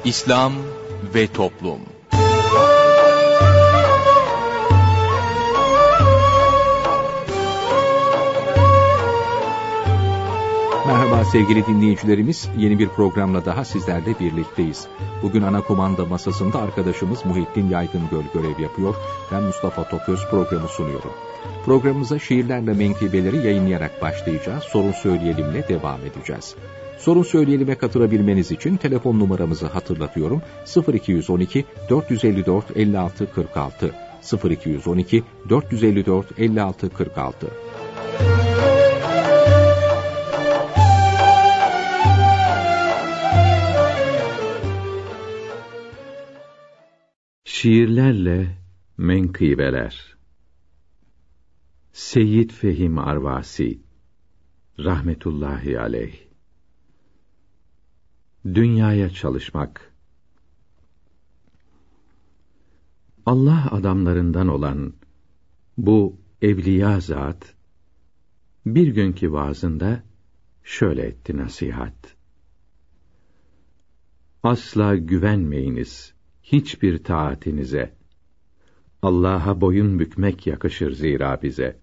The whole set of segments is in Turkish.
İslam ve Toplum. Merhaba sevgili dinleyicilerimiz, yeni bir programla daha sizlerle birlikteyiz. Bugün ana kumanda masasında arkadaşımız Muhittin Yaygıngöl görev yapıyor. Ben Mustafa Toköz programı sunuyorum. Programımıza şiirlerle menkıbeleri yayınlayarak başlayacağız. Sorun Söyleyelim'le devam edeceğiz. Sorun Söyleyelim'e katılabilmeniz için telefon numaramızı hatırlatıyorum. 0212 454 56 46 0212 454 56 46. Şiirlerle menkıbeler. Seyyid Fehim Arvasi rahmetullahi aleyh. Dünyaya çalışmak. Allah adamlarından olan bu evliya zat bir günkü vaazında şöyle etti nasihat: asla güvenmeyiniz hiçbir taatinize. Allah'a boyun bükmek yakışır zira bize.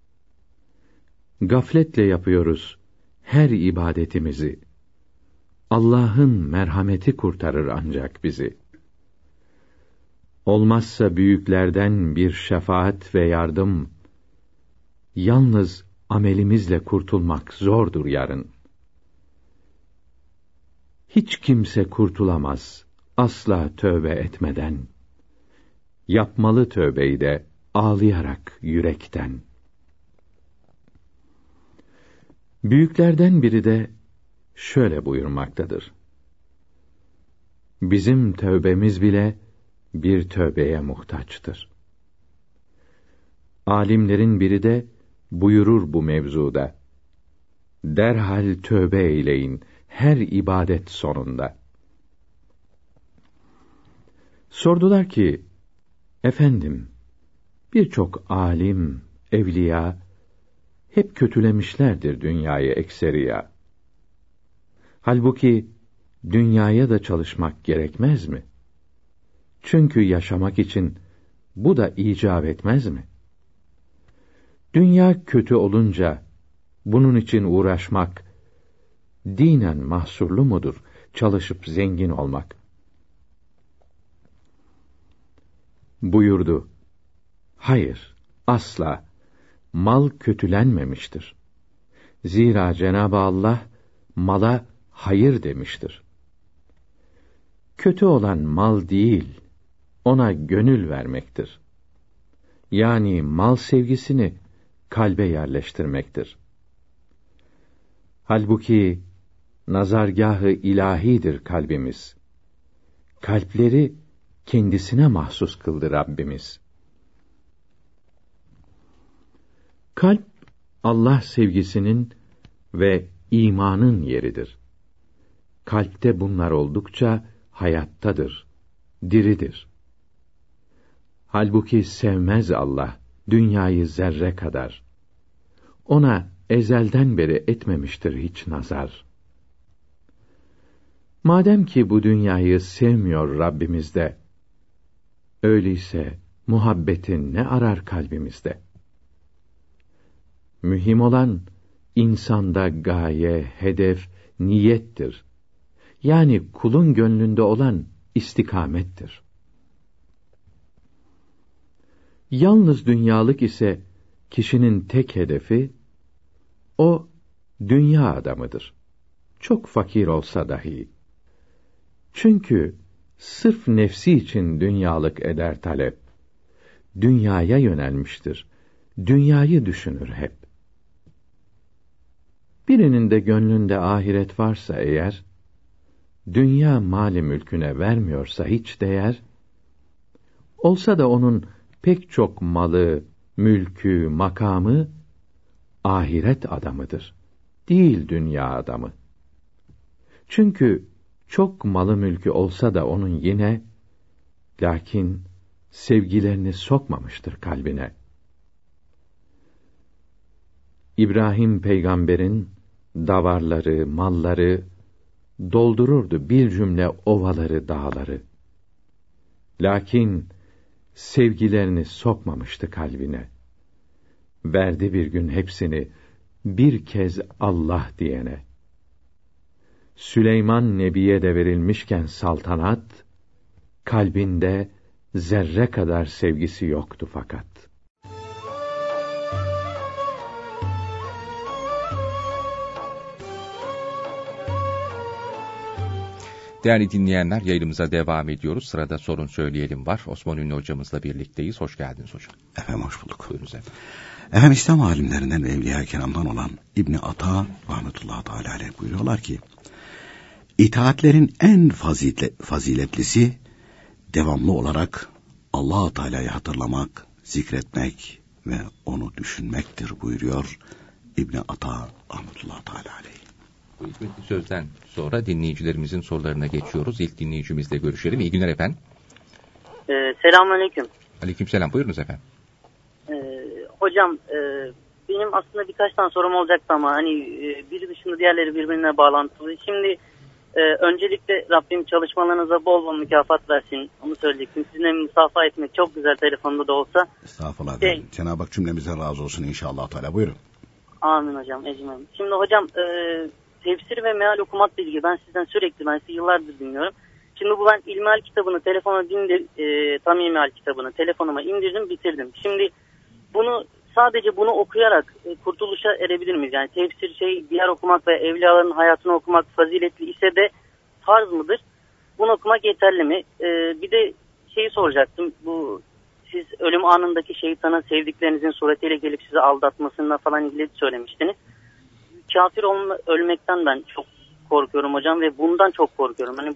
Gafletle yapıyoruz her ibadetimizi. Allah'ın merhameti kurtarır ancak bizi. Olmazsa büyüklerden bir şefaat ve yardım, yalnız amelimizle kurtulmak zordur yarın. Hiç kimse kurtulamaz asla tövbe etmeden. Yapmalı tövbeyi de ağlayarak yürekten. Büyüklerden biri de şöyle buyurmaktadır: bizim tövbemiz bile bir tövbeye muhtaçtır. Alimlerin biri de buyurur bu mevzuda: derhal tövbe eyleyin her ibadet sonunda. Sordular ki, efendim, birçok alim, evliya hep kötülemişlerdir dünyayı ekseriya. Halbuki dünyaya da çalışmak gerekmez mi? Çünkü yaşamak için bu da icap etmez mi? Dünya kötü olunca bunun için uğraşmak dinen mahsurlu mudur, çalışıp zengin olmak? Buyurdu: hayır, asla. Mal kötülenmemiştir. Zira Cenab-ı Allah mala hayır demiştir. Kötü olan mal değil, ona gönül vermektir. Yani mal sevgisini kalbe yerleştirmektir. Halbuki nazargâh-ı ilahidir kalbimiz. Kalpleri kendisine mahsus kıldı Rabbimiz. Kalp, Allah sevgisinin ve imanın yeridir. Kalpte bunlar oldukça hayattadır, diridir. Halbuki sevmez Allah dünyayı zerre kadar. Ona ezelden beri etmemiştir hiç nazar. Madem ki bu dünyayı sevmiyor Rabbimiz de, öyleyse muhabbetin ne arar kalbimizde? Mühim olan insanda gaye, hedef, niyettir. Yani kulun gönlünde olan istikamettir. Yalnız dünyalık ise kişinin tek hedefi, o dünya adamıdır. Çok fakir olsa dahi. Çünkü sırf nefsi için dünyalık eder talep. Dünyaya yönelmiştir. Dünyayı düşünür hep. Birinin de gönlünde ahiret varsa eğer, dünya mali mülküne vermiyorsa hiç değer, olsa da onun pek çok malı, mülkü, makamı, ahiret adamıdır, değil dünya adamı. Çünkü çok malı mülkü olsa da onun yine, lakin sevgilerini sokmamıştır kalbine. İbrahim peygamberin davarları, malları, doldururdu bir cümle ovaları, dağları. Lakin sevgilerini sokmamıştı kalbine. Verdi bir gün hepsini bir kez Allah diyene. Süleyman Nebi'ye de verilmişken saltanat, kalbinde zerre kadar sevgisi yoktu fakat. Değerli dinleyenler, yayınımıza devam ediyoruz. Sırada sorun söyleyelim var. Osman Ünlü hocamızla birlikteyiz. Hoş geldiniz hocam. Efendim hoş bulduk. Buyurunuz efendim. Efendim İslam alimlerinden ve Evliya-i Kiram'dan olan İbni Ata rahmetullahi teala aleyh buyuruyorlar ki, İtaatlerin en faziletlisi devamlı olarak Allah-u Teala'yı hatırlamak, zikretmek ve onu düşünmektir buyuruyor İbni Ata rahmetullahi teala aleyh. Bu hikmetli sözden sonra dinleyicilerimizin sorularına geçiyoruz. İlk dinleyicimizle görüşelim. İyi günler efendim. Selamünaleyküm. Aleykümselam. Buyurunuz efendim. Hocam benim aslında birkaç tane sorum olacaktı ama hani biri dışında diğerleri birbirine bağlantılı. Şimdi öncelikle Rabbim çalışmalarınıza bol bol mükafat versin. Onu söyleyecektim. Sizinle musafaha etmek çok güzel, telefonda da olsa. Estağfurullah. Cenab-ı Hak cümlemizden razı olsun inşallah Teala. Buyurun. Amin hocam. Ecmaîn. Şimdi hocam tefsir ve meal okumakla ilgili ben sizi yıllardır dinliyorum. Şimdi bu ben İlmihal kitabını Tam İlmihal kitabını telefonuma indirdim, bitirdim. Şimdi sadece bunu okuyarak kurtuluşa erebilir miyiz? Yani tefsir diğer okumak ve evliyaların hayatını okumak faziletli ise de farz mıdır? Bunu okumak yeterli mi? Bir de soracaktım. Siz ölüm anındaki şeytanın sevdiklerinizin suretiyle gelip sizi aldatmasına falan ilgili söylemiştiniz. Kafir ölmekten ben çok korkuyorum hocam ve bundan çok korkuyorum. Hani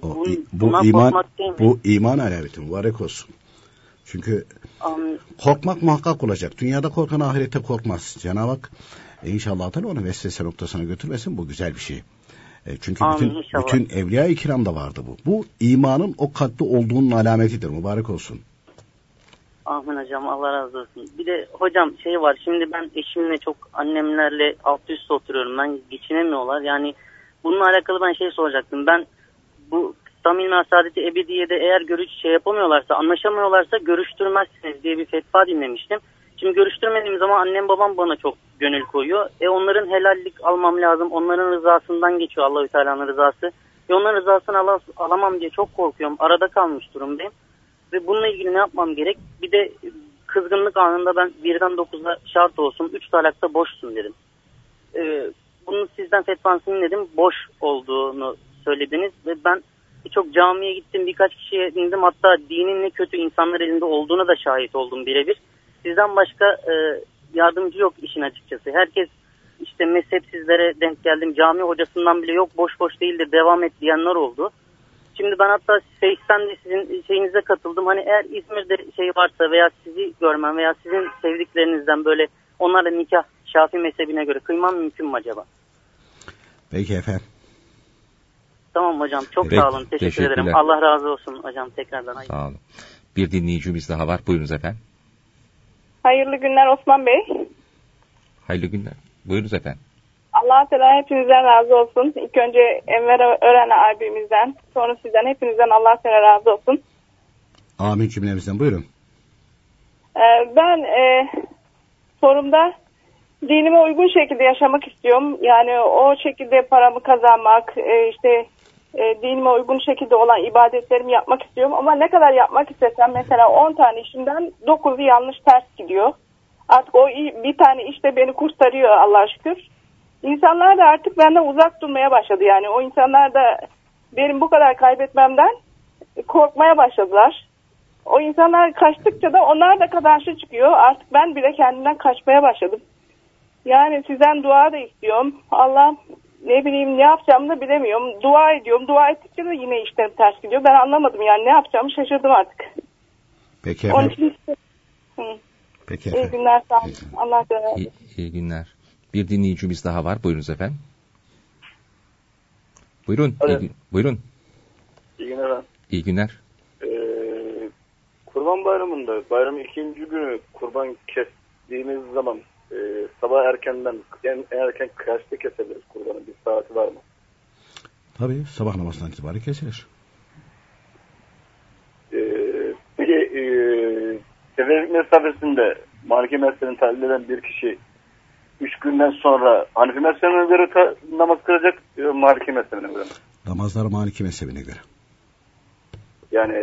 bu iman alameti, mübarek olsun. Çünkü korkmak muhakkak olacak. Dünyada korkan ahirette korkmaz. Cenab-ı Hak inşallah Teala onu vesvese noktasına götürmesin. Bu güzel bir şey. Çünkü bütün evliya-i kiramda vardı bu. Bu imanın o kalpte olduğunun alametidir. Mübarek olsun. Amin hocam, Allah razı olsun. Bir de hocam var, şimdi ben eşimle çok annemlerle alt üstte oturuyorum. Ben geçinemiyorlar. Yani bununla alakalı ben soracaktım. Ben bu Tam İlmihal Saadeti Ebediye'de eğer yapamıyorlarsa, anlaşamıyorlarsa görüştürmezsiniz diye bir fetva dinlemiştim. Şimdi görüştürmediğim zaman annem babam bana çok gönül koyuyor. Onların helallik almam lazım. Onların rızasından geçiyor Allahü Teala'nın rızası. Onların rızasını alamam diye çok korkuyorum. Arada kalmış durumdayım. Ve bununla ilgili ne yapmam gerek? Bir de kızgınlık anında ben 1'den 9'a şart olsun, 3 talakta boşsun dedim. Bunu sizden fetvansını dinledim. Boş olduğunu söylediniz ve ben çok camiye gittim, birkaç kişiye dinledim. Hatta dinin ne kötü insanlar elinde olduğuna da şahit oldum birebir. Sizden başka yardımcı yok işin açıkçası. Herkes mezhepsizlere denk geldim. Cami hocasından bile yok, boş değil de devam et diyenler oldu. Şimdi ben hatta Face'ten de sizin şeyinize katıldım. Hani eğer İzmir'de varsa veya sizi görmem veya sizin sevdiklerinizden böyle onlarla nikah Şafii mezhebine göre kıymam mümkün mü acaba? Peki efendim. Tamam hocam. Çok sağ olun. Teşekkür ederim. Allah razı olsun hocam tekrardan. Sağ olun. Bir dinleyicimiz daha var. Buyurunuz efendim. Hayırlı günler Osman Bey. Hayırlı günler. Buyurunuz efendim. Allah Teala hepinizden razı olsun. İlk önce Enver Ören abimizden, sonra sizden, hepinizden Allah Teala razı olsun. Amin cümlemizden. Buyurun. Ben sorumda dinime uygun şekilde yaşamak istiyorum. Yani o şekilde paramı kazanmak, dinime uygun şekilde olan ibadetlerimi yapmak istiyorum. Ama ne kadar yapmak istesem, mesela 10 tane işimden 9'u yanlış, ters gidiyor. Artık o bir tane işte beni kurtarıyor Allah'a şükür. İnsanlar da artık benden uzak durmaya başladı. Yani o insanlar da benim bu kadar kaybetmemden korkmaya başladılar. O insanlar kaçtıkça da onlar da karşı çıkıyor. Artık ben bile kendimden kaçmaya başladım. Yani sizden dua da istiyorum. Allah ne yapacağımı da bilemiyorum. Dua ediyorum. Dua ettikçe de yine işlerim ters gidiyor. Ben anlamadım yani ne yapacağımı şaşırdım artık. Peki efendim. Peki efendim. İyi günler, sağ olun. Allah razı olsun. İyi günler. Bir dinleyicimiz daha var. Buyurunuz efendim. Buyurun. Buyurun. İyi günler. İyi günler. Kurban Bayramı'nda bayramın ikinci günü kurban kestiğimiz zaman sabah erkenden en erken kaçta kesebiliriz kurbanın, bir saati var mı? Tabii sabah namazından itibaren kesilir. Peki seferlik mesafesinde Maliki mezhebini tahlil eden bir kişi 3 günden sonra Hanefi mezhebine göre namaz kılacak, Maliki mezhebine göre. Namazlar Maliki mezhebine göre. Yani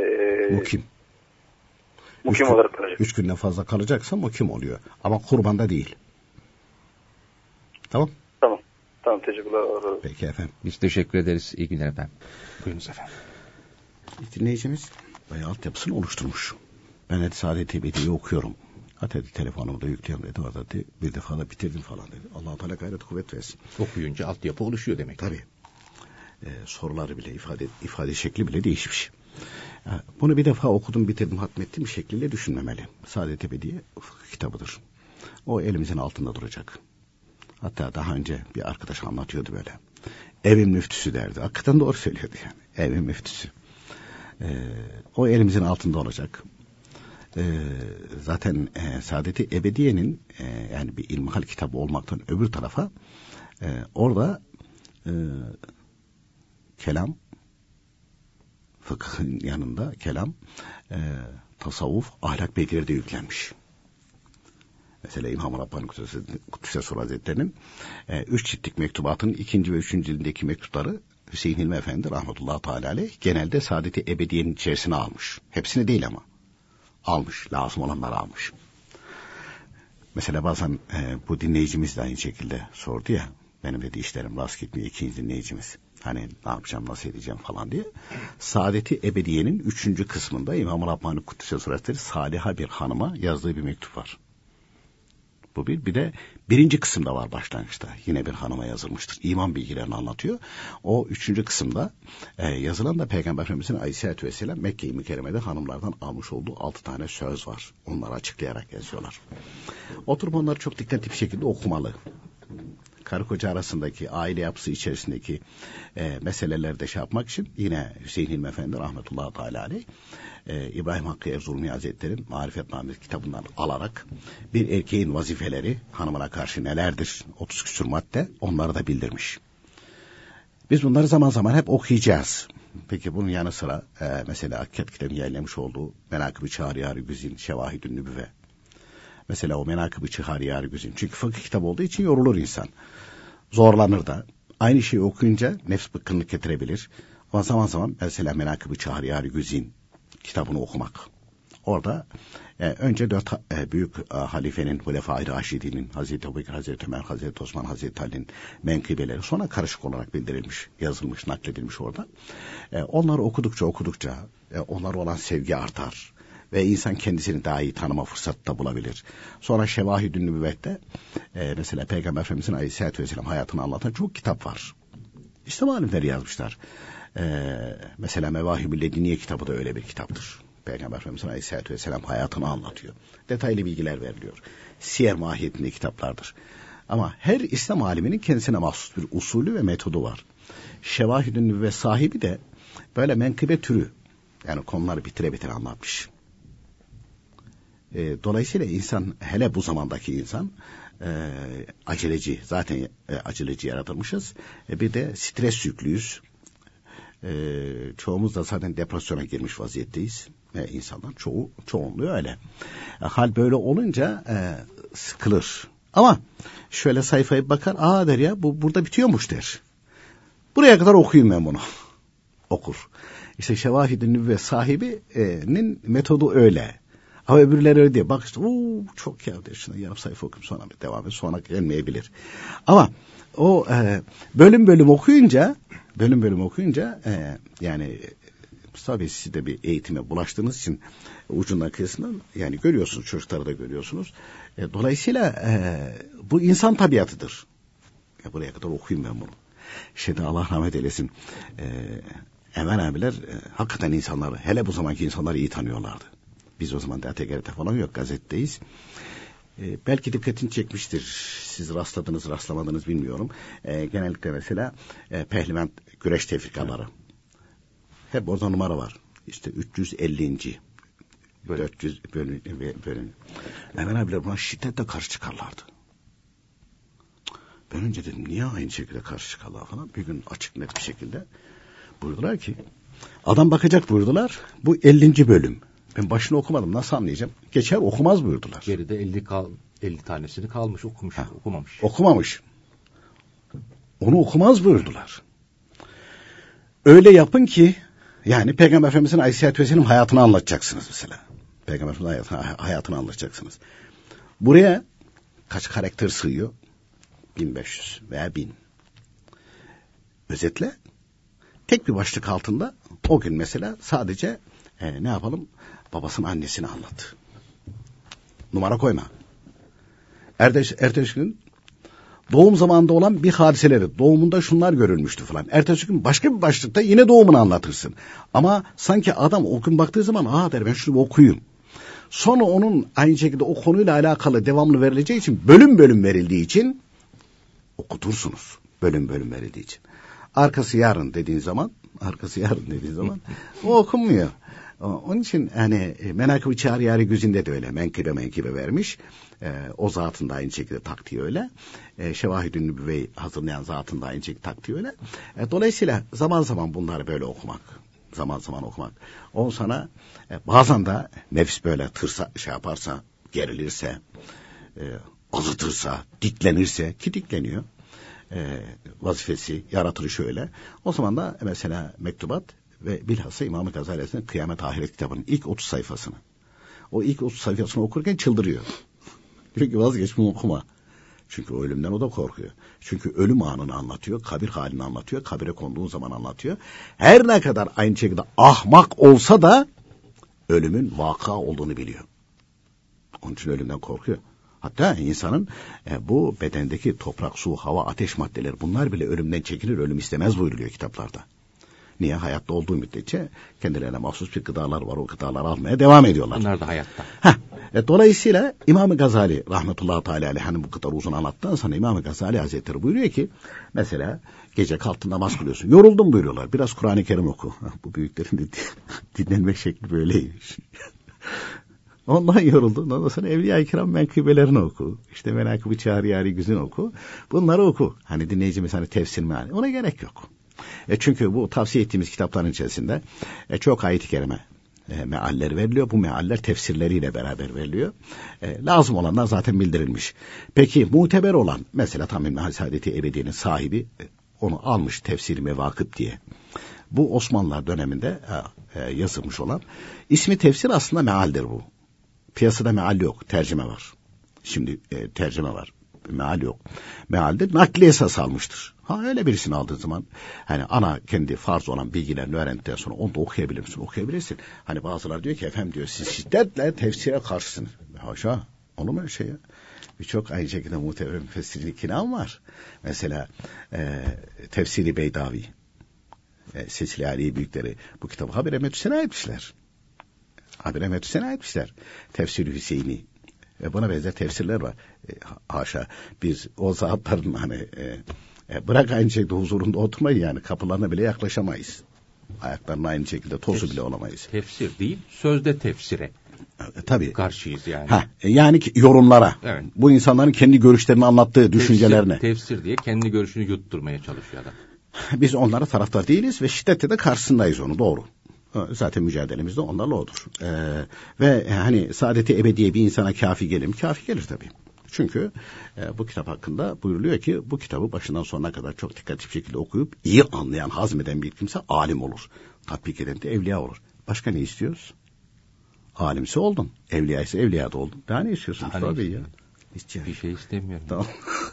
mukim olarak kılacak. 3 günden fazla kalacaksa mukim oluyor. Ama kurbanda değil. Tamam. Tamam, teşekkürler. Peki efendim. Biz teşekkür ederiz. İyi günler efendim. Buyurunuz efendim. Dinleyicimiz bayağı altyapısını oluşturmuş. Ben de Saadet Ebedi'yi okuyorum. Hatta telefonumu da yükleyeyim dedi. O da dedi, bir defa da bitirdim falan dedi. Allah-u Teala gayret kuvvet versin. Okuyunca altyapı oluşuyor demek. Tabii. Soruları bile, ifade şekli bile değişmiş. Bunu bir defa okudum, bitirdim, hatmettim şekliyle düşünmemeli. Saadet Ebedi kitabıdır. O elimizin altında duracak. Hatta daha önce bir arkadaş anlatıyordu böyle. Evin müftüsü derdi. Hakikaten doğru söylüyordu yani. Evin müftüsü. O elimizin altında olacak. Zaten Saadet-i Ebediye'nin yani bir ilmihal kitabı olmaktan öbür tarafa orada kelam, fıkhın yanında kelam, tasavvuf, ahlak bilgileri de yüklenmiş. Mesela İmam-ı Rabbani Kuddüs'e Hazretleri'nin 3 ciltlik mektubatının 2. ve 3. cildindeki mektupları Hüseyin Hilmi Efendi rahmetullahi teala aleyh genelde Saadet-i Ebediye'nin içerisine almış. Hepsini değil ama. Almış. Lazım olanları almış. Mesela bazen bu dinleyicimiz de aynı şekilde sordu ya. Benim dedi işlerim rast gitmiyor, ikinci dinleyicimiz. Hani ne yapacağım, nasıl edeceğim falan diye. Saadet-i Ebediye'nin 3. kısmında İmam-ı Rabbani Kuddüs'e Hazretleri Saliha bir hanıma yazdığı bir mektup var. Bu bir de 1. kısımda var başlangıçta. Yine bir hanıma yazılmıştır. İman bilgilerini anlatıyor. O 3. kısımda yazılan da Peygamber Efendimiz'in Aleyhisselatü Vesselam Mekke-i Mükerreme'de hanımlardan almış olduğu 6 tane söz var. Onları açıklayarak yazıyorlar. Oturup onları çok dikkatli bir şekilde okumalı. Karı koca arasındaki, aile yapısı içerisindeki meselelerde şey yapmak için yine Hüseyin Hilmi Efendi rahmetullahi teala aleyh İbrahim Hakkı Erzurumi Hazretleri'nin Marifetname kitabından alarak bir erkeğin vazifeleri hanımına karşı nelerdir? 30 küsur madde onları da bildirmiş. Biz bunları zaman zaman hep okuyacağız. Peki bunun yanı sıra mesela Akkat kitabını yayınlamış olduğu Menakıb-ı Çağriyar-ı Güzin, Şevahid-ü Nübüvve. Mesela o Menakıb-ı Çağriyar-ı Güzin. Çünkü fıkıh kitabı olduğu için yorulur insan. Zorlanır da. Aynı şeyi okuyunca nefs bıkkınlık getirebilir. Ama zaman zaman mesela Menakıb-ı Çağriyar-ı Güzin kitabını okumak. Orada önce 4 büyük halifenin, Hulefâ-i Raşidî'nin, Hazreti Ebubekir, Hazreti Ömer, Hazreti Osman, Hazreti Ali'nin menkıbeleri sonra karışık olarak bildirilmiş, yazılmış, nakledilmiş orada. Onları okudukça onlara olan sevgi artar. Ve insan kendisini daha iyi tanıma fırsatı da bulabilir. Sonra Şevahid-ü Nübüvvet'te mesela Peygamber Efendimiz'in Aleyhisselatü Vesselam hayatını anlatan çok kitap var. İslam alimleri yazmışlar. Mesela Mevahib-ü Lediniye kitabı da öyle bir kitaptır. Peygamber Efendimiz'in Aleyhisselatü Vesselam hayatını anlatıyor. Detaylı bilgiler veriliyor. Siyer mahiyetinde kitaplardır. Ama her İslam aliminin kendisine mahsus bir usulü ve metodu var. Şevahid-ü Nübüvvet sahibi de böyle menkıbe türü, yani konuları bitire anlatmış. Dolayısıyla insan, hele bu zamandaki insan aceleci, zaten aceleci yaratılmışız. Bir de stres yüklüyüz. Çoğumuz da zaten depresyona girmiş vaziyetteyiz. İnsanlar çoğunluğu öyle. Hal böyle olunca sıkılır. Ama şöyle sayfaya bakar, der ya bu burada bitiyormuş der. Buraya kadar okuyayım ben bunu. Okur. İşte Şevahid-i Nübüvvet sahibinin metodu öyle. Ama öbürleri öyle diye. Bak işte çok ya der. Şuna yarım sayfa okuyayım sonra devam et. Sonra gelmeyebilir. Ama o bölüm okuyunca yani Mustafa Bey, siz de bir eğitime bulaştığınız için ucundan kıyısından yani görüyorsunuz, çocukları da görüyorsunuz. Dolayısıyla bu insan tabiatıdır. Buraya kadar okuyayım ben bunu. Şimdi Allah rahmet eylesin. Emel abiler hakikaten insanları, hele bu zamanki insanları iyi tanıyorlardı. Biz o zaman da TGRT falan yok, gazetedeyiz. Belki dikkatini çekmiştir. Siz rastlamadınız bilmiyorum. Genellikle mesela pehlivan güreş tefrikaları. Hep orada numara var. İşte 350. 400 bölüm. Hemen abiler buna şiddetle karşı çıkarlardı. Ben önce dedim niye aynı şekilde karşı çıkarlar falan. Bir gün açık net bir şekilde buyurdular ki adam bakacak buyurdular. Bu 50. bölüm. Ben başını okumadım. Nasıl anlayacağım? Geçer okumaz buyurdular. Geride 50 tanesini kalmış okumuş. Okumamış. Okumamış. Onu okumaz buyurdular. Öyle yapın ki yani Peygamber Efendimiz'in Aleyhisselatü Vesselam hayatını anlatacaksınız mesela. Peygamber Efendimiz'in hayatını anlatacaksınız. Buraya kaç karakter sığıyor? 1500 veya 1000. Özetle tek bir başlık altında o gün mesela sadece ne yapalım? Babasının annesini anlat. Numara koyma. Ertesi gün doğum zamanında olan bir hadiseleri, doğumunda şunlar görülmüştü falan. Ertesi gün başka bir başlıkta yine doğumunu anlatırsın. Ama sanki adam o gün baktığı zaman der ben şunu okuyayım. Sonra onun aynı şekilde o konuyla alakalı devamlı verileceği için bölüm bölüm verildiği için okutursunuz. Bölüm bölüm verildiği için. Arkası yarın dediğin zaman o okunmuyor. Onun için hani Menakıb-ı Çağrı Güzinde de öyle. Menkıbe vermiş. O zatın da aynı şekilde taktiği öyle. Şevahid-ü Nübüvve'yi hazırlayan zatın da aynı şekilde taktiği öyle. Dolayısıyla zaman zaman bunları böyle okumak. Zaman zaman okumak. O sana bazen de nefis böyle tırsa yaparsa, gerilirse, azıtırsa, diklenirse ki dikleniyor. Vazifesi, yaratılışı öyle. O zaman da mesela mektubat ve bilhassa İmam-ı Gazali'nin Kıyamet Ahiret kitabının ilk 30 sayfasını. O ilk 30 sayfasını okurken çıldırıyor. Diyor ki vazgeç bunu okuma. Çünkü ölümden o da korkuyor. Çünkü ölüm anını anlatıyor, kabir halini anlatıyor, kabire konduğun zaman anlatıyor. Her ne kadar aynı şekilde ahmak olsa da ölümün vaka olduğunu biliyor. Onun için ölümden korkuyor. Hatta insanın bu bedendeki toprak, su, hava, ateş maddeleri bunlar bile ölümden çekinir, ölüm istemez buyuruluyor kitaplarda. Niye? Hayatta olduğu müddetçe kendilerine mahsus bir gıdalar var. O gıdaları almaya devam ediyorlar. Onlar da hayatta. Dolayısıyla İmam-ı Gazali rahmetullahi teala aleyh hani bu kadar uzun anlattıktan sonra İmam-ı Gazali Hazretleri buyuruyor ki mesela gece kalktın namaz kılıyorsun. Yoruldum buyuruyorlar. Biraz Kur'an-ı Kerim oku. Bu büyüklerin de dinlenmek şekli böyleymiş. Ondan yoruldu. Ondan sonra Evliya-i Kiram menkıbelerini oku. İşte Menakıb-ı Çağrı Güzin oku. Bunları oku. Hani dinleyicimiz hani tefsir meali. Ona gerek yok. Çünkü bu tavsiye ettiğimiz kitapların içerisinde çok ayet-i kerime mealler veriliyor. Bu mealler tefsirleriyle beraber veriliyor. Lazım olanlar zaten bildirilmiş. Peki muteber olan mesela Tamim Saadeti Ebediye'nin sahibi onu almış Tefsir-i Mevakıp diye. Bu Osmanlılar döneminde yazılmış olan ismi tefsir aslında mealdir bu. Piyasada meal yok. Tercüme var. Şimdi tercüme var. Meal yok. Mealdir. Nakli esas almıştır. Öyle birisini aldığı zaman hani ana kendi farz olan bilgilerini öğrendikten sonra onu da okuyabilir misin? Okuyabilirsin. Hani bazıları diyor ki efendim diyor siz şiddetle tefsire karşısınız. Haşa. Olur mu öyle şey ya? Birçok aynı şekilde muteber müfessirin kinam var. Mesela Tefsiri Beydavi, Seçili Ali Büyükleri bu kitabı Habire Metüsen'e etmişler. Habire Metüsen'e etmişler. Tefsiri Hüseyini ve buna benzer tefsirler var. Haşa biz o zatların hani bırak aynı şekilde huzurunda oturmayı yani kapılarına bile yaklaşamayız. Ayaklarına aynı şekilde tozu bile olamayız. Tefsir değil, sözde tefsire. Tabii. Karşıyız yani. Yani yorumlara. Evet. Bu insanların kendi görüşlerini anlattığı düşüncelerine. Tefsir diye kendi görüşünü yutturmaya çalışıyor adam. Biz onlara taraftar değiliz ve şiddetle de karşısındayız onu doğru. Zaten mücadelemiz de onlarla odur. Ve hani saadeti ebediye bir insana kafi gelir mi? Kafi gelir tabii. Çünkü bu kitap hakkında buyuruluyor ki bu kitabı başından sonuna kadar çok dikkatli bir şekilde okuyup iyi anlayan, hazmeden bir kimse alim olur. Tatbik eden de evliya olur. Başka ne istiyoruz? Alimse oldun. Evliya ise evliya da oldun. Daha ne istiyorsunuz? Tabii ya. Bir şey istemiyorum. Tamam.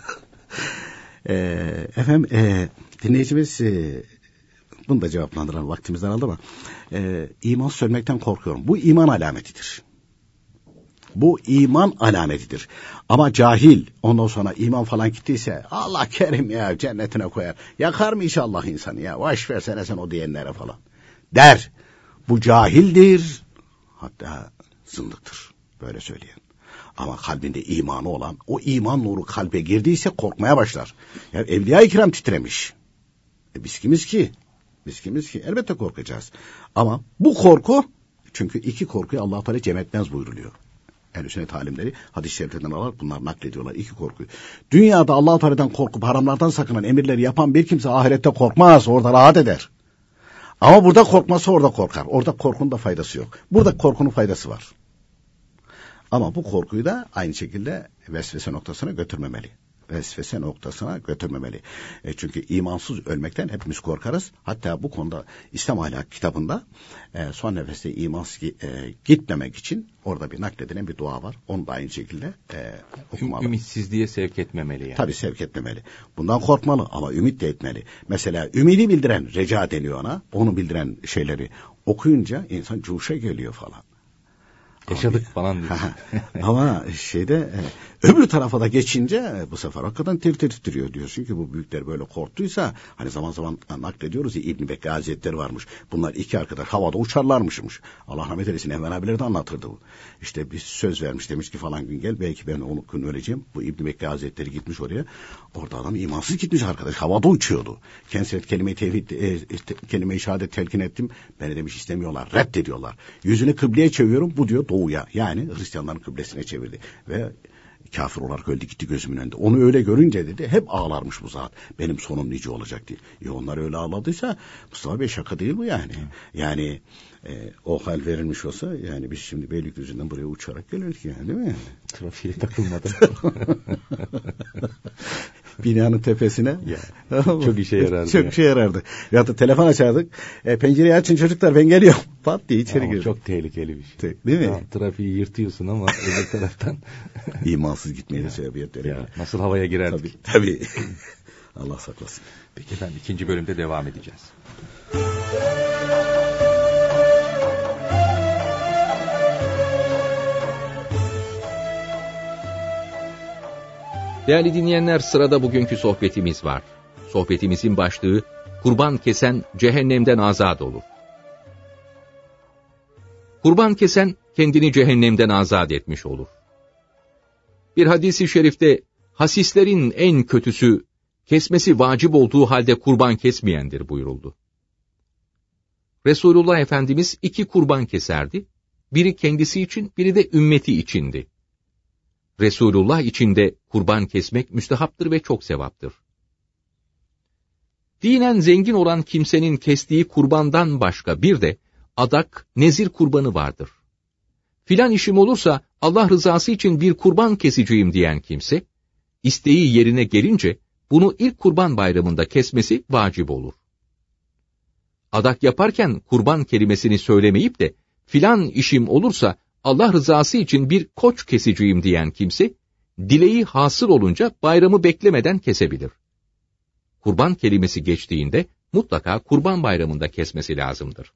Efendim dinleyicimiz bunu da cevaplandıran vaktimizden aldı ama iman söylemekten korkuyorum. Bu iman alametidir. Bu iman alametidir. Ama cahil ondan sonra iman falan gittiyse Allah kerim ya cennetine koyar. Yakar mı inşallah insanı ya? Baş versene sen o diyenlere falan. Der. Bu cahildir. Hatta zındıktır. Böyle söyleyen. Ama kalbinde imanı olan o iman nuru kalbe girdiyse korkmaya başlar. Ya Evliya-i Kiram titremiş. Biz kimiz ki? Elbette korkacağız. Ama bu korku çünkü iki korkuyu Allah-u Teala cem etmez buyuruluyor. Ehl-i sünnet alimleri hadis-i şeriflerden alarak bunlar naklediyorlar. İki korkuyu. Dünyada Allah-u Teala'dan korkup haramlardan sakınan emirleri yapan bir kimse ahirette korkmaz. Orada rahat eder. Ama burada korkması orada korkar. Orada korkunun da faydası yok. Burada korkunun faydası var. Ama bu korkuyu da aynı şekilde vesvese noktasına götürmemeli. Vesvese noktasına götürmemeli. Çünkü imansız ölmekten hepimiz korkarız. Hatta bu konuda İslam Ahlakı kitabında son nefeste imansız gitmemek için orada bir nakledilen bir dua var. Onu da aynı şekilde okumalı. Ümitsizliğe sevk etmemeli yani. Tabii sevk etmemeli. Bundan korkmalı ama ümit de etmeli. Mesela ümidi bildiren reca deniyor ona. Onu bildiren şeyleri okuyunca insan cuşa geliyor falan. Yaşadık falan diyor. Ama öbür tarafa da geçince bu sefer hakikaten tir titriyor diyorsun ki bu büyükler böyle korktuysa hani zaman zaman naklediyoruz ya İbn Bekri Hazretleri varmış. Bunlar iki arkadaş havada uçarlarmışmış. Allah rahmet eylesin Enver abileri de anlatırdı bu. İşte bir söz vermiş demiş ki falan gün gel belki ben o gün öleceğim. Bu İbn Bekri Hazretleri gitmiş oraya. Orada adam imansız gitmiş arkadaş. Havada uçuyordu. Kendisine kelime-i tevhid, kelime-i şehadet telkin ettim. Beni demiş istemiyorlar. Reddediyorlar. Yüzünü kıbleye çeviriyorum. Bu diyor doğuya. Yani Hristiyanların kıblesine çevirdi. Ve kafir olarak öldü gitti gözümün önünde. Onu öyle görünce dedi hep ağlarmış bu zat. Benim sonum nice olacak diye. Onlar öyle ağladıysa Mustafa Bey şaka değil bu yani. Yani o hal verilmiş olsa yani biz şimdi Beylikdüzü'nden buraya uçarak gelirdik yani değil mi? Trafiğe takılmadan. Binanın tepesine. Çok işe yarardı. Çok işe yarardı. Ya da telefon açardık. Pencereyi açın çocuklar ben geliyorum. Pat diye içeri girdik. Çok tehlikeli bir şey. Değil mi? Tamam, trafiği yırtıyorsun ama öbür taraftan. İmansız gitmeye de sebebiyet veriyor. Nasıl havaya girerdik? Tabii. Allah saklasın. Peki efendim ikinci bölümde devam edeceğiz. Değerli dinleyenler, sırada bugünkü sohbetimiz var. Sohbetimizin başlığı, kurban kesen cehennemden azat olur. Kurban kesen kendini cehennemden azat etmiş olur. Bir hadis-i şerifte, hasislerin en kötüsü, kesmesi vacip olduğu halde kurban kesmeyendir buyuruldu. Resulullah Efendimiz 2 kurban keserdi, biri kendisi için, biri de ümmeti içindi. Resulullah için de kurban kesmek müstehaptır ve çok sevaptır. Dinen zengin olan kimsenin kestiği kurbandan başka bir de adak, nezir kurbanı vardır. Filan işim olursa Allah rızası için bir kurban keseceğim diyen kimse, isteği yerine gelince bunu ilk kurban bayramında kesmesi vacip olur. Adak yaparken kurban kelimesini söylemeyip de filan işim olursa Allah rızası için bir koç keseceğim diyen kimse, dileği hasıl olunca bayramı beklemeden kesebilir. Kurban kelimesi geçtiğinde mutlaka kurban bayramında kesmesi lazımdır.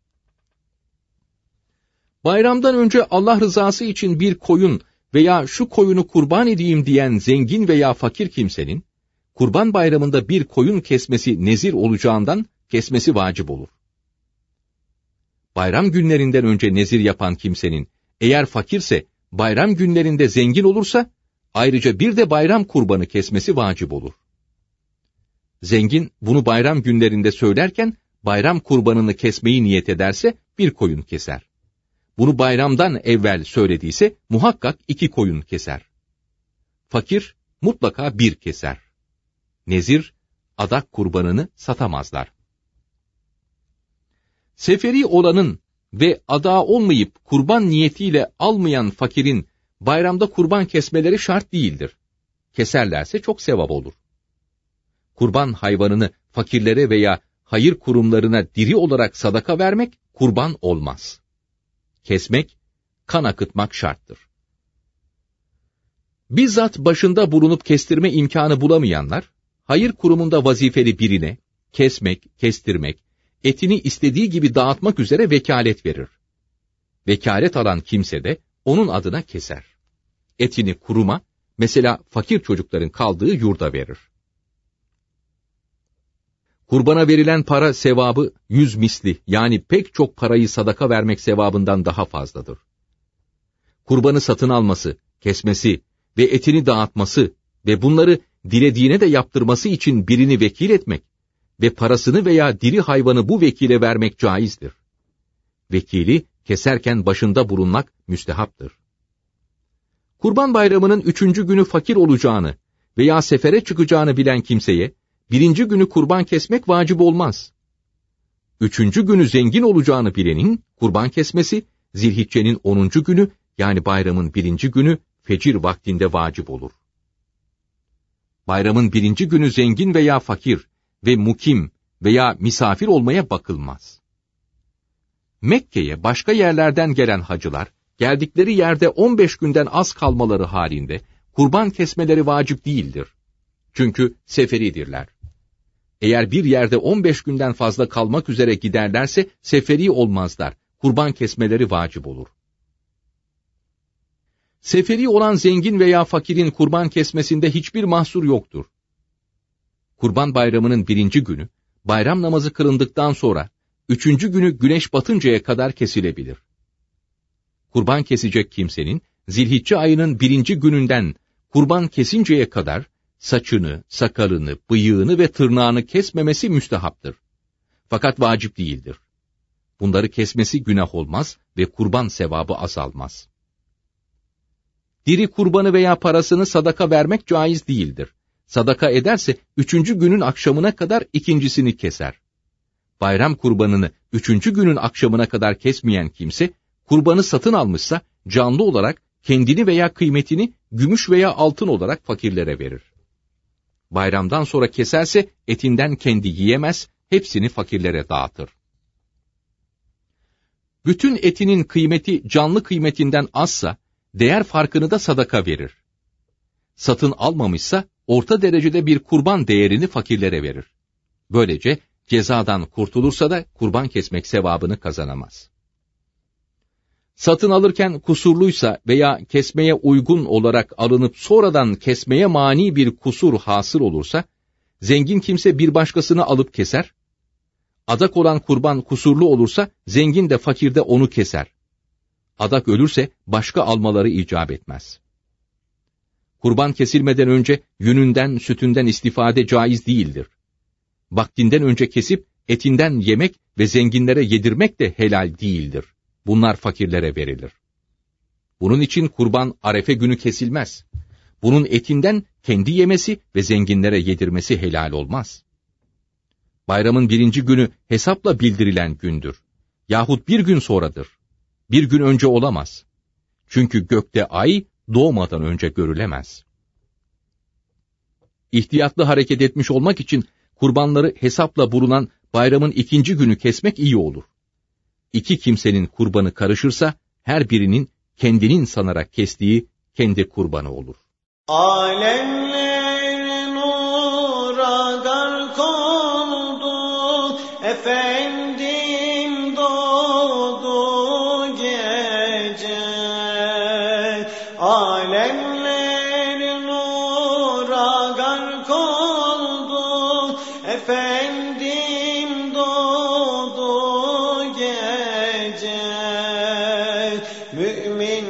Bayramdan önce Allah rızası için bir koyun veya şu koyunu kurban edeyim diyen zengin veya fakir kimsenin, kurban bayramında bir koyun kesmesi nezir olacağından kesmesi vacip olur. Bayram günlerinden önce nezir yapan kimsenin, eğer fakirse, bayram günlerinde zengin olursa, ayrıca bir de bayram kurbanı kesmesi vacip olur. Zengin, bunu bayram günlerinde söylerken, bayram kurbanını kesmeyi niyet ederse, bir koyun keser. Bunu bayramdan evvel söylediyse, muhakkak 2 koyun keser. Fakir, mutlaka 1 keser. Nezir, adak kurbanını satamazlar. Seferi olanın ve adağı olmayıp kurban niyetiyle almayan fakirin bayramda kurban kesmeleri şart değildir. Keserlerse çok sevap olur. Kurban hayvanını fakirlere veya hayır kurumlarına diri olarak sadaka vermek kurban olmaz. Kesmek, kan akıtmak şarttır. Bizzat başında bulunup kestirme imkanı bulamayanlar, hayır kurumunda vazifeli birine kesmek, kestirmek, etini istediği gibi dağıtmak üzere vekalet verir. Vekalet alan kimse de onun adına keser. Etini kuruma, mesela fakir çocukların kaldığı yurda verir. Kurbana verilen para sevabı 100 misli, yani pek çok parayı sadaka vermek sevabından daha fazladır. Kurbanı satın alması, kesmesi ve etini dağıtması ve bunları dilediğine de yaptırması için birini vekil etmek ve parasını veya diri hayvanı bu vekile vermek caizdir. Vekili keserken başında bulunmak müstehaptır. Kurban Bayramı'nın 3. günü fakir olacağını veya sefere çıkacağını bilen kimseye 1. günü kurban kesmek vacip olmaz. 3. günü zengin olacağını bilenin kurban kesmesi Zilhicce'nin 10. günü yani bayramın 1. günü fecir vaktinde vacip olur. Bayramın 1. günü zengin veya fakir ve mukim veya misafir olmaya bakılmaz. Mekke'ye başka yerlerden gelen hacılar, geldikleri yerde 15 günden az kalmaları halinde kurban kesmeleri vacip değildir. Çünkü seferidirler. Eğer bir yerde 15 günden fazla kalmak üzere giderlerse seferi olmazlar, kurban kesmeleri vacip olur. Seferi olan zengin veya fakirin kurban kesmesinde hiçbir mahsur yoktur. Kurban Bayramı'nın 1. günü, bayram namazı kılındıktan sonra 3. günü güneş batıncaya kadar kesilebilir. Kurban kesecek kimsenin Zilhicce ayının 1. gününden kurban kesinceye kadar saçını, sakalını, bıyığını ve tırnağını kesmemesi müstehaptır. Fakat vacip değildir. Bunları kesmesi günah olmaz ve kurban sevabı azalmaz. Diri kurbanı veya parasını sadaka vermek caiz değildir. Sadaka ederse 3. günün akşamına kadar ikincisini keser. Bayram kurbanını 3. günün akşamına kadar kesmeyen kimse, kurbanı satın almışsa canlı olarak kendini veya kıymetini gümüş veya altın olarak fakirlere verir. Bayramdan sonra keserse etinden kendi yiyemez, hepsini fakirlere dağıtır. Bütün etinin kıymeti canlı kıymetinden azsa, değer farkını da sadaka verir. Satın almamışsa, orta derecede bir kurban değerini fakirlere verir. Böylece cezadan kurtulursa da kurban kesmek sevabını kazanamaz. Satın alırken kusurluysa veya kesmeye uygun olarak alınıp sonradan kesmeye mani bir kusur hasıl olursa, zengin kimse bir başkasını alıp keser, adak olan kurban kusurlu olursa zengin de fakir de onu keser. Adak ölürse başka almaları icap etmez. Kurban kesilmeden önce yününden, sütünden istifade caiz değildir. Vaktinden önce kesip etinden yemek ve zenginlere yedirmek de helal değildir. Bunlar fakirlere verilir. Bunun için kurban Arefe günü kesilmez. Bunun etinden kendi yemesi ve zenginlere yedirmesi helal olmaz. Bayramın 1. günü hesapla bildirilen gündür. Yahut bir gün sonradır. Bir gün önce olamaz. Çünkü gökte ay doğmadan önce görülemez. İhtiyatlı hareket etmiş olmak için kurbanları hesapla bulunan bayramın 2. günü kesmek iyi olur. 2 kimsenin kurbanı karışırsa her birinin kendinin sanarak kestiği kendi kurbanı olur. Alemler nura gark oldu, efendim doğdu gece. Alemler nura gark oldu, efendim doğdu gece. Mümin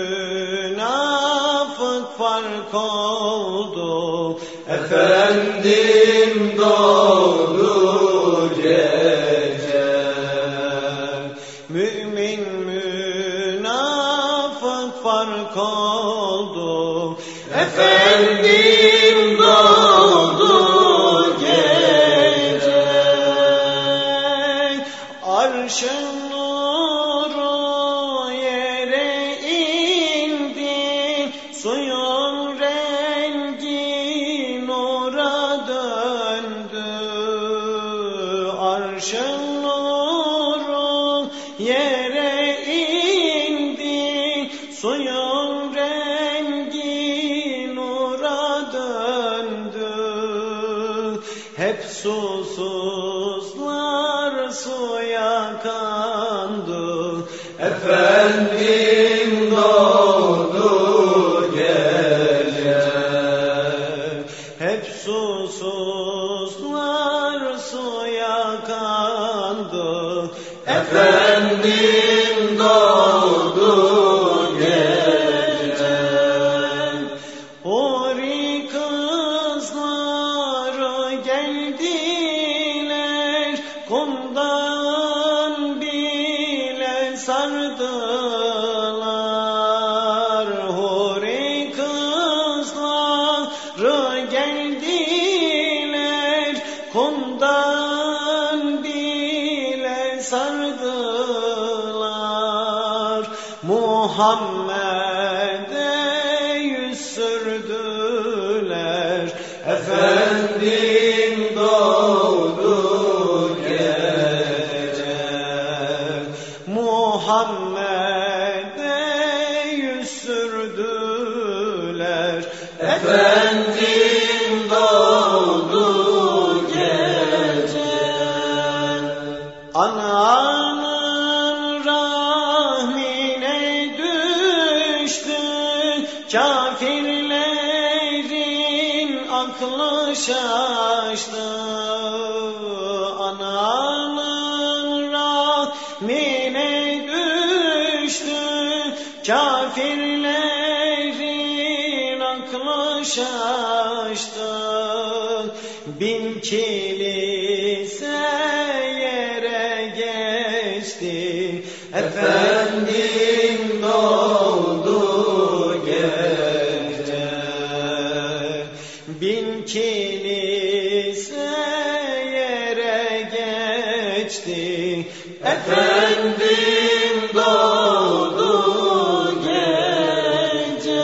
münafık fark oldu, efendim doğdu gece. Mümin münafık fark oldu, efendim doğdu gece. Arşın nuru yere indi, suyun rengi nura döndü. Arşın nuru yere indi, suyun rengi nura döndü. Hep susuzlar suya kandı, efendim doğdu gece. Hep susuzlar suya kandı, efendim doğdu gece. Huri kızları geldi Muhammed'e yüz sürdüler. Efendim doğdu gece. Muhammed'e yüz sürdüler. Efendim doğdu gece. Ananın rahmine düştü kafirlerin aklı şaştı. Ananın rahmine düştü kafirlerin aklı şaştı. Bin kilise yere geçti. Efendim doğdu gece. Bin kilise yere geçti. Efendim doğdu gece.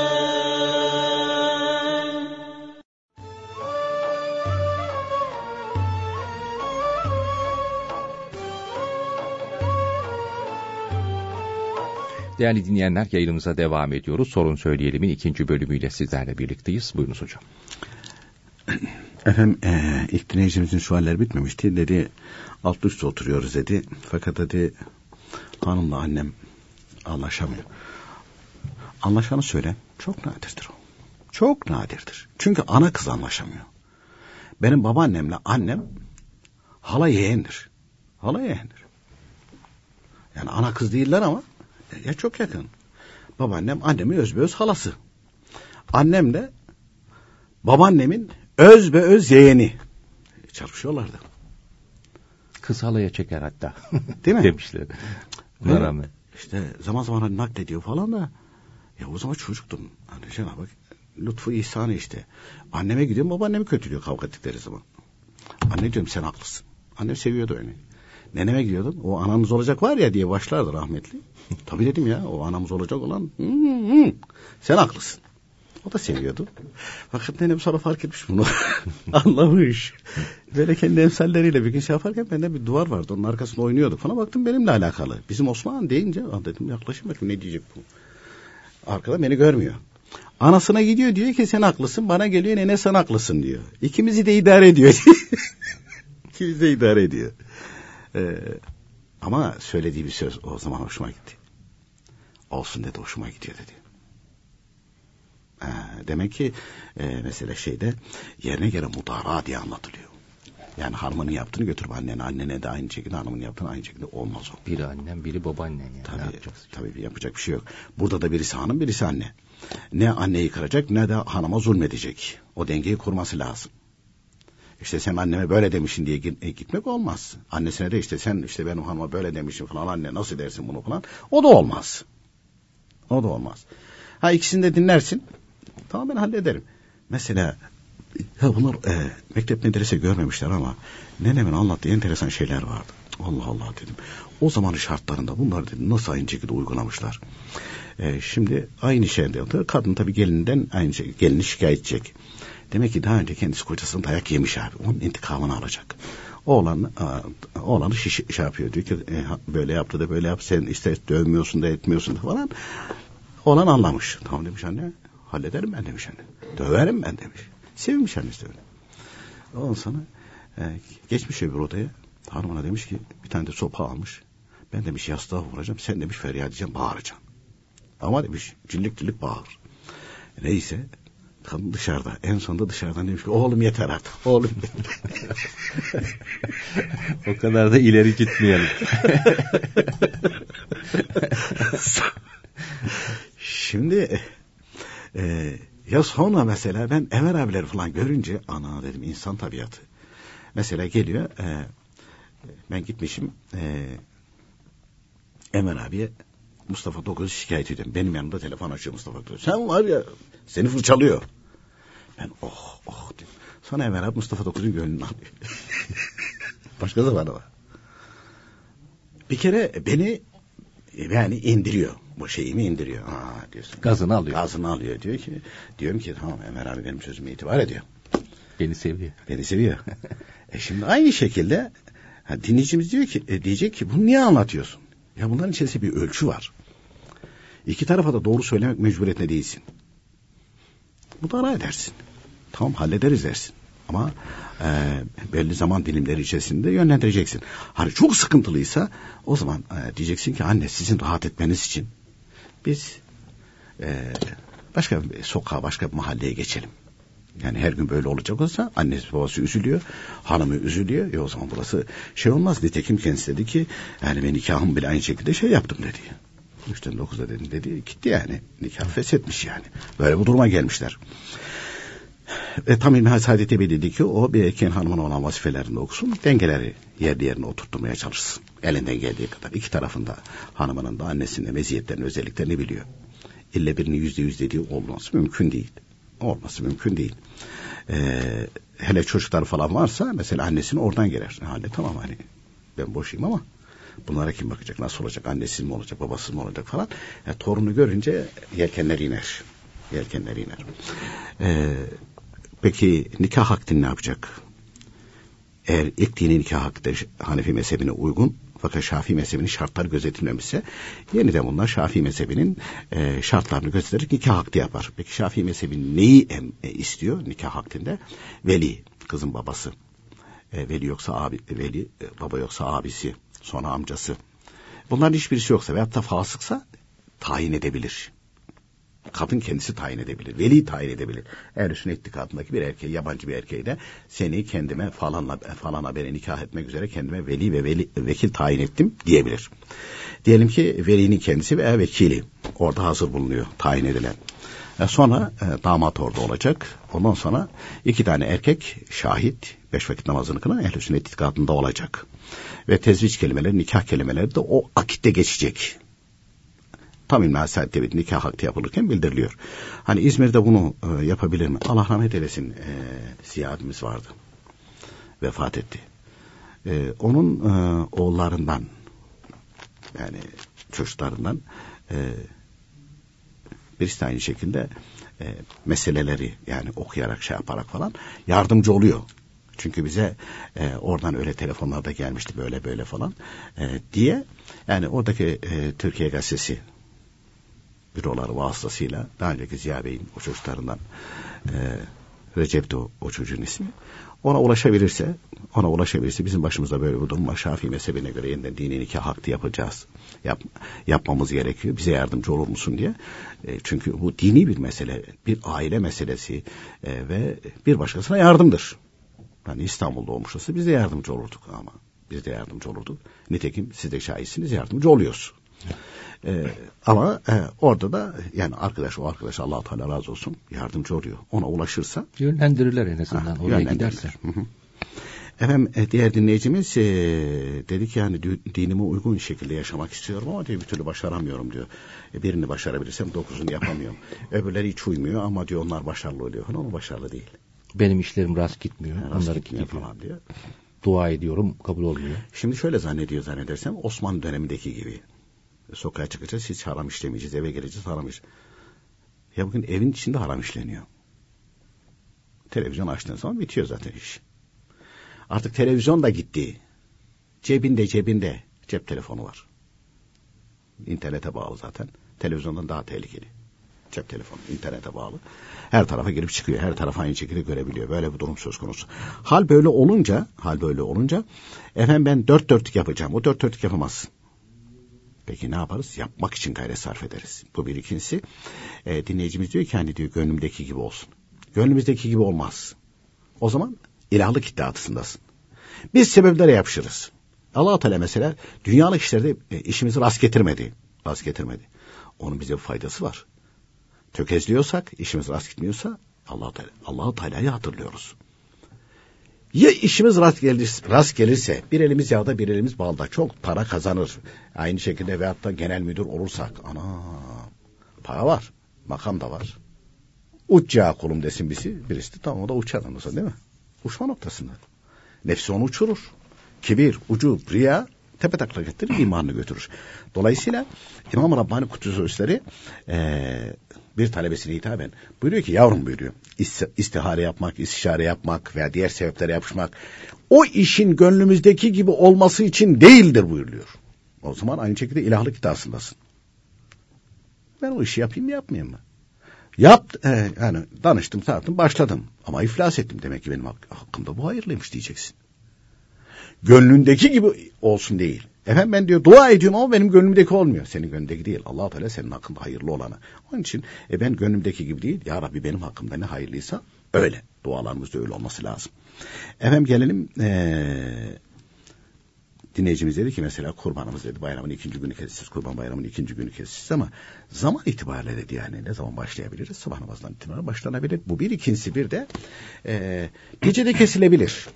Değerli dinleyenler, yayınımıza devam ediyoruz. Sorun Söyleyelim'in 2. bölümüyle sizlerle birlikteyiz. Buyurunuz hocam. Efendim ilk dinleyicimizin sualleri bitmemişti. Dedi alt üst oturuyoruz dedi. Fakat dedi hanımla annem anlaşamıyor. Anlaşanı söyle. Çok nadirdir o. Çok nadirdir. Çünkü ana kız anlaşamıyor. Benim babaannemle annem hala yeğendir. Hala yeğendir. Yani ana kız değiller ama ya çok yakın. Babaannem annemin özbeöz halası. Annem de babaannemin özbeöz yeğeni. Çarpışıyorlardı. Kız halaya çeker hatta. Değil mi? Demişler. Buna rağmen. İşte zaman zaman naklediyor falan da. Ya o zaman çocuktum. Hani Cenab-ı Hak lütfu ihsanı işte. Anneme gidiyorum, babaannemi kötülüyor kavga ettikleri zaman. Anne diyorum sen haklısın. Annem seviyordu öyle. Neneme gidiyordum. O anamız olacak var ya diye başlardı rahmetli. Tabii dedim ya, o anamız olacak olan sen haklısın. O da seviyordu. Fakat nenem sonra fark etmiş bunu. Anlamış. Böyle kendi emsalleriyle bir gün şey yaparken bende bir duvar vardı. Onun arkasında oynuyorduk falan. Baktım benimle alakalı. Bizim Osman deyince dedim yaklaşayım bakayım ne diyecek bu. Arkada beni görmüyor. Anasına gidiyor diyor ki sen haklısın. Bana geliyor nene sen haklısın diyor. İkimizi de idare ediyor. İkimizi de idare ediyor. Ama söylediği bir söz o zaman hoşuma gitti. Olsun dedi, hoşuma gidiyor dedi. Demek ki mesela şeyde yerine göre mudara diye anlatılıyor. Yani hanımının yaptığını götürüp annene de aynı şekilde hanımın yaptığını aynı şekilde olmaz o. Biri annem biri babaannen yani. Tabii yapacak bir şey yok. Burada da birisi hanım birisi anne. Ne anneyi kıracak ne de hanıma zulmedecek. O dengeyi kurması lazım. İşte sen anneme böyle demişsin diye gitmek olmaz. Annesine de işte sen işte benim hanıma böyle demişsin falan anne nasıl dersin bunu falan. O da olmaz. O da olmaz. Ha ikisini de dinlersin. Tamam ben hallederim. Mesela ya bunlar mektep medrese görmemişler ama nenemin anlattığı enteresan şeyler vardı. Allah Allah dedim. O zamanın şartlarında bunlar dedim nasıl aynı şekilde uygulamışlar. Şimdi aynı şeyde kadın tabii gelininden aynı şey, gelini şikayet edecek. Demek ki daha önce kendisi kocasından dayak yemiş abi. Onun intikamını alacak. Oğlanı şey yapıyor. Diyor ki böyle yaptı da böyle yap. Sen işte dövmüyorsun da etmiyorsun da falan. Oğlan anlamış. Tamam demiş anne. Hallederim ben demiş anne. Döverim ben demiş. Sevmiş annesi de öyle. Ondan sonra geçmiş öbür odaya. Hanımına demiş ki bir tane de sopa almış. Ben demiş yastığa vuracağım. Sen demiş feryat edeceğim bağıracaksın. Ama demiş cüllik bağır. Neyse. Kadın dışarıda. En sonunda dışarıdan demiş ki oğlum yeter artık. Oğlum o kadar da ileri gitmeyelim. Şimdi ya sonra mesela ben Emel abileri falan görünce ana dedim insan tabiatı. Mesela geliyor ben gitmişim Emel abiye Mustafa Dokuz'u şikayet ediyorum. Benim yanımda telefon açıyor Mustafa Dokuz. Sen var ya seni fırçalıyor. Ben oh dedim. Sonra Emel abi Mustafa Dokuz'un gönlünü alıyor. Başka zaman var. Bir kere beni yani indiriyor. bu şeyimi indiriyor. Diyorsun. Gazını alıyor. Gazını alıyor. Diyorum ki tamam Ömer abi benim sözüme itibar ediyor. Beni seviyor. Beni seviyor. Şimdi aynı şekilde dinleyicimiz diyecek ki bunu niye anlatıyorsun? Ya bunların içerisinde bir ölçü var. İki tarafa da doğru söylemek mecburiyetinde değilsin. Mudara edersin. Tamam hallederiz dersin. Ama belli zaman dilimleri içerisinde yönlendireceksin. Hani çok sıkıntılıysa o zaman diyeceksin ki anne sizin rahat etmeniz için biz başka bir sokağa, başka bir mahalleye geçelim. Yani her gün böyle olacak olsa annesi babası üzülüyor, hanımı üzülüyor. O zaman burası şey olmaz. Nitekim kendisi dedi ki yani ben nikahımı bile aynı şekilde yaptım dedi. 3'ten 9'a dedim dedi. Gitti yani. Nikah feshetmiş yani. Böyle bu duruma gelmişler. Tam İlmihal Saadet Bey dedi ki o bir erkeğin hanımına olan vazifelerini okusun. Dengeleri yerine oturtmaya çalışsın. Elinden geldiği kadar. İki tarafında hanımının da annesinin de meziyetlerini, özelliklerini biliyor. İlle birinin %100 dediği olması mümkün değil. Olması mümkün değil. Hele çocuklar falan varsa mesela annesini oradan gelir. Tamam hani ben boşayım ama bunlara kim bakacak? Nasıl olacak? Annesiz mi olacak? Babasız mı olacak falan. Torunu görünce yelkenleri iner. Peki nikah akdini ne yapacak? Eğer ilk dini nikah akdi Hanefi mezhebine uygun fakat Şafii mezhebinin şartları gözetilmemişse yeniden bunlar Şafii mezhebinin şartlarını göstererek nikah akdi yapar. Peki Şafii mezhebi neyi istiyor nikah akdinde? Veli, kızın babası. Veli yoksa abi, veli baba yoksa abisi, sonra amcası. Bunların hiçbirisi yoksa veyahut da fasıksa tayin edebilir. Kadın kendisi tayin edebilir. Veli tayin edebilir. Eğer sünnet itikadındaki bir erkeği, yabancı bir erkeği de seni kendime falana beni nikah etmek üzere kendime veli ve vekil tayin ettim diyebilir. Diyelim ki velinin kendisi veya vekili orada hazır bulunuyor tayin edilen. Sonra damat orada olacak. Ondan sonra 2 tane erkek şahit 5 vakit namazını kılan ehl-i sünnet itikadında olacak. Ve tezvic kelimeleri, nikah kelimeleri de o akitte geçecek. Tam İlmihal Saadet Bey nikah akdi yapılırken bildiriliyor. Hani İzmir'de bunu yapabilir mi? Allah rahmet eylesin Ziya abimiz vardı. Vefat etti. Onun oğullarından yani çocuklarından birisi de aynı şekilde meseleleri yani okuyarak yaparak falan yardımcı oluyor. Çünkü bize oradan öyle telefonlar da gelmişti böyle falan diye yani oradaki Türkiye Gazetesi büroları vasıtasıyla daha önceki Ziya Bey'in o çocuklarından Recep'ti o çocuğun ismi. Ona ulaşabilirse bizim başımızda böyle bir durum var. Şafii mezhebine göre yeniden dini nikah akdi yapacağız. Yapmamız gerekiyor. Bize yardımcı olur musun diye. Çünkü bu dini bir mesele, bir aile meselesi ve bir başkasına yardımdır. Yani İstanbul'da olmuş olsa biz de yardımcı olurduk. Nitekim siz de şahitsiniz, yardımcı oluyoruz. Ama orada da yani o arkadaş Allah-u Teala razı olsun yardımcı oluyor. Ona ulaşırsa yönlendirirler en azından oraya giderse. Efendim diğer dinleyicimiz dedi ki yani dinime uygun şekilde yaşamak istiyorum ama diyor bir türlü başaramıyorum diyor. Birini başarabilirsem 9'unu yapamıyorum. Öbürleri hiç uymuyor ama diyor onlar başarılı oluyor. Ama başarılı değil. Benim işlerim rast gitmiyor. Rast gitmiyor falan diyor. Dua ediyorum kabul olmuyor. Şimdi şöyle zannedersem Osmanlı dönemindeki gibi. Sokağa çıkacağız, hiç haram işlemeyeceğiz, eve geleceğiz, haram işlemeyeceğiz. Ya bugün evin içinde haram işleniyor. Televizyon açtığın zaman bitiyor zaten iş. Artık televizyon da gitti. Cebinde cep telefonu var. İnternete bağlı zaten. Televizyondan daha tehlikeli. Cep telefonu, internete bağlı. Her tarafa girip çıkıyor. Her taraf aynı şekilde görebiliyor. Böyle bir durum söz konusu. Hal böyle olunca efendim ben dört dörtlük yapacağım. O dört dörtlük yapamazsın. Peki ne yaparız? Yapmak için gayret sarf ederiz. Bu bir. İkincisi dinleyicimiz diyor ki hani diyor gönlümdeki gibi olsun. Gönlümüzdeki gibi olmaz. O zaman ilahlık iddiatısındasın. Biz sebeplere yapışırız. Allah-u Teala mesela dünyalık işlerde işimizi rast getirmedi. Onun bize bir faydası var. Tökezliyorsak, işimiz rast gitmiyorsa Allah-u Teala'yı hatırlıyoruz. Ya işimiz rast gelirse bir elimiz yağda bir elimiz balda çok para kazanır. Aynı şekilde veyahut da genel müdür olursak para var, makam da var. Uç ya kulum desin birisi de tamam o da uçar değil mi? Uçma noktasında. Nefsi onu uçurur. Kibir, ucub, riya Tepetaklak getirir, imanını götürür. Dolayısıyla İmam-ı Rabbani Kuddüs'ü Üsleri bir talebesine hitaben buyuruyor ki, yavrum buyuruyor, istihare yapmak, istişare yapmak veya diğer sebeplere yapışmak o işin gönlümüzdeki gibi olması için değildir buyuruyor. O zaman aynı şekilde ilahlık iddiasındasın. Ben o işi yapayım mı yapmayayım mı? Yani danıştım, tarttım, başladım ama iflas ettim, demek ki benim hakkımda bu hayırlıymış diyeceksin. Gönlündeki gibi olsun değil. Efendim ben diyor dua ediyorum ama benim gönlümdeki olmuyor. Senin gönlündeki değil. Allah Teala senin hakkında hayırlı olanı. Onun için ben gönlümdeki gibi değil. Ya Rabbi benim hakkımda ne hayırlıysa öyle. Dualarımız da öyle olması lazım. Efendim gelelim dinleyicimiz dedi ki mesela kurbanımız dedi bayramın 2. günü keseceğiz. Kurban bayramının 2. günü keseceğiz ama zaman itibariyle dedi yani ne zaman başlayabiliriz? Sabah namazından itibaren başlanabilir. Bu bir. İkincisi bir de gece de kesilebilir.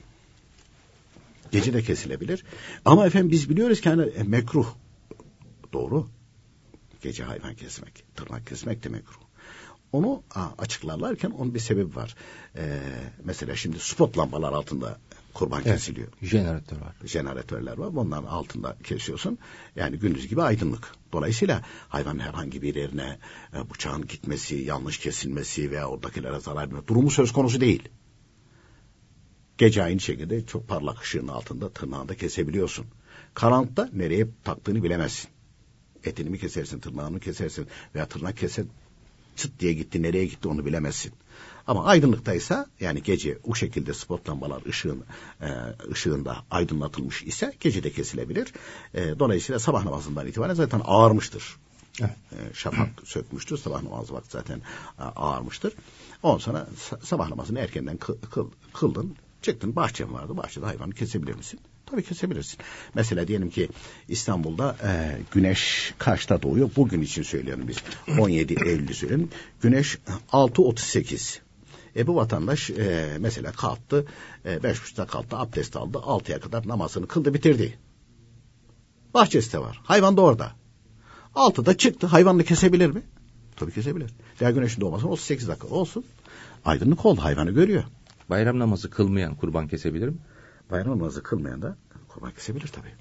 Gece de kesilebilir. Ama efendim biz biliyoruz ki hani mekruh. Doğru. Gece hayvan kesmek, tırnak kesmek de mekruh. Onu açıklarlarken onun bir sebebi var. Mesela şimdi spot lambalar altında kurban kesiliyor. Jeneratör var. Jeneratörler var. Onların altında kesiyorsun. Yani gündüz gibi aydınlık. Dolayısıyla hayvanın herhangi bir yerine bıçağın gitmesi, yanlış kesilmesi veya oradakilere zarar verme durumu söz konusu değil. Gece aynı şekilde çok parlak ışığın altında tırnağında kesebiliyorsun. Karanlıkta nereye taktığını bilemezsin. Etini mi kesersin, tırnağını mı kesersin veya tırnak keser çıt diye gitti, nereye gitti onu bilemezsin. Ama aydınlıktaysa yani gece o şekilde spot lambalar ışığında aydınlatılmış ise gece de kesilebilir. Dolayısıyla sabah namazından itibaren zaten ağarmıştır. Evet. Şafak sökmüştür. Sabah namazı vakti zaten ağarmıştır. Ondan sonra sabah namazını erkenden kıldın. Çıktın, bahçem vardı. Bahçede hayvanı kesebilir misin? Tabii kesebilirsin. Mesela diyelim ki İstanbul'da güneş kaçta doğuyor? Bugün için söylüyorum biz. 17 Eylül'ü söylüyorum. Güneş 6.38. Bu vatandaş mesela kalktı. 5.30'da kalktı. Abdest aldı. 6'ya kadar namazını kıldı, bitirdi. Bahçesi de var. Hayvan da orada. 6'da çıktı. Hayvanını kesebilir mi? Tabii kesebilir. Veya güneşin doğmasına 38 dakika olsun. Aydınlık oldu. Hayvanı görüyor. Bayram namazı kılmayan kurban kesebilir mi? Bayram namazı kılmayan da kurban kesebilir tabii.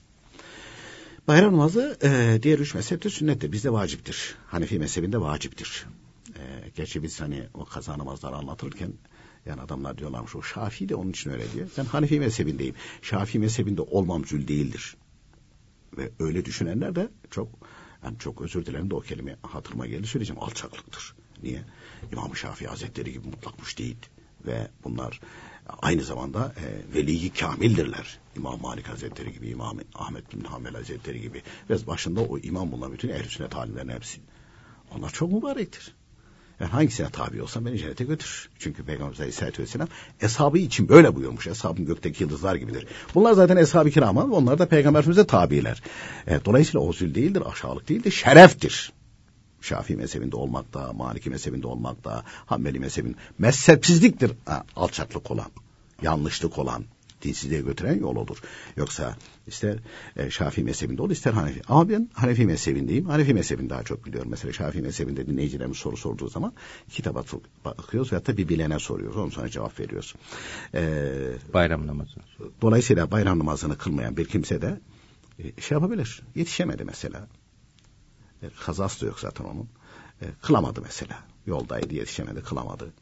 Bayram namazı diğer 3 mezhepte sünnettir. Bizde vaciptir. Hanefi mezhebinde vaciptir. Gerçi biz hani o kaza namazları anlatırken yani adamlar diyorlarmış o Şafii de onun için öyle diyor. Ben Hanefi mezhebindeyim. Şafii mezhebinde olmam zül değildir. Ve öyle düşünenler de çok özür dilerim de o kelime hatırıma geldi söyleyeceğim, alçaklıktır. Niye? İmam-ı Şafii Hazretleri gibi mutlakmış değil. Ve bunlar aynı zamanda veli-i kamildirler. İmam Malik Hazretleri gibi, İmam Ahmet bin Hanbel Hazretleri gibi. Ve başında o imam bunlar bütün ehl-i sünnet alimlerin hepsi. Onlar çok mübarektir. Yani hangisine tabi olsam beni cennete götürür. Çünkü Peygamber Aleyhisselatü Vesselam eshabı için böyle buyurmuş. Eshabın gökteki yıldızlar gibidir. Bunlar zaten eshab-ı kiram ama onlar da Peygamberimize tabiler. Dolayısıyla o zül değildir, aşağılık değildir, şereftir. Şafii mezhebinde olmak da, Maliki mezhebinde olmak da, Hanbeli mezhebinde mezhepsizliktir alçaklık olan, yanlışlık olan, dinsizliğe götüren yol olur. Yoksa ister Şafii mezhebinde ol, ister Hanefi. Ama ben Hanefi mezhebindeyim. Hanefi mezhebini daha çok biliyorum. Mesela Şafii mezhebinde dinleyicilerimiz soru sorduğu zaman kitaba bakıyoruz veyahut da bir bilene soruyoruz. Ondan sonra cevap veriyoruz. Bayram namazı. Dolayısıyla bayram namazını kılmayan bir kimse de yapabilir. Yetişemedi mesela. Kazası da yok zaten onun. Kılamadı mesela. Yoldaydı, yetişemedi, kılamadı.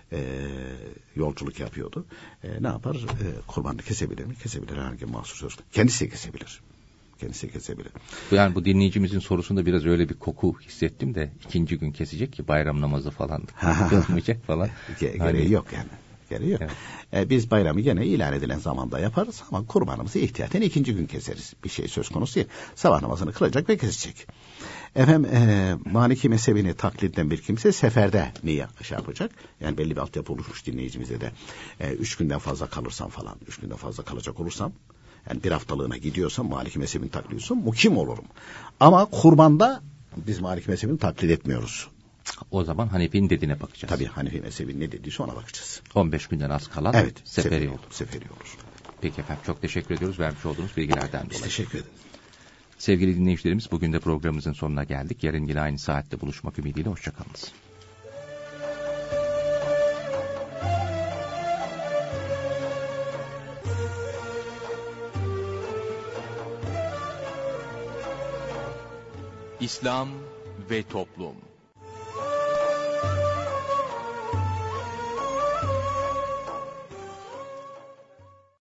Yolculuk yapıyordu. Ne yapar? Kurbanını kesebilir mi? Kesebilir. Herhangi bir mahsur söz. Kendisi kesebilir. Yani bu dinleyicimizin sorusunda biraz öyle bir koku hissettim de 2. gün kesecek ki bayram namazı falan kılmayacak falan. Gereği yok yani. Gereği yok. Evet. Biz bayramı gene ilan edilen zamanda yaparız ama kurbanımızı ihtiyaten 2. gün keseriz. Bir şey söz konusu değil. Sabah namazını kılacak ve kesecek. Efendim Maliki mezhebini taklit eden bir kimse seferde niye yapacak? Yani belli bir altyapı oluşmuş dinleyicimize de. 3 günden fazla kalırsam falan, 3 günden fazla kalacak olursam, yani bir haftalığına gidiyorsam Maliki mezhebini taklit ediyorsam mukim olurum. Ama kurbanda biz Maliki mezhebini taklit etmiyoruz. O zaman Hanefi'nin dediğine bakacağız. Tabii Hanefi mezhebi ne dediyse ona bakacağız. 15 günden az kalan seferi olur. Seferi olur. Peki efendim, çok teşekkür ediyoruz vermiş olduğunuz bilgilerden dolayı. Teşekkür ederim. Sevgili dinleyicilerimiz, bugün de programımızın sonuna geldik. Yarın yine aynı saatte buluşmak ümidiyle hoşçakalınız. İslam ve Toplum.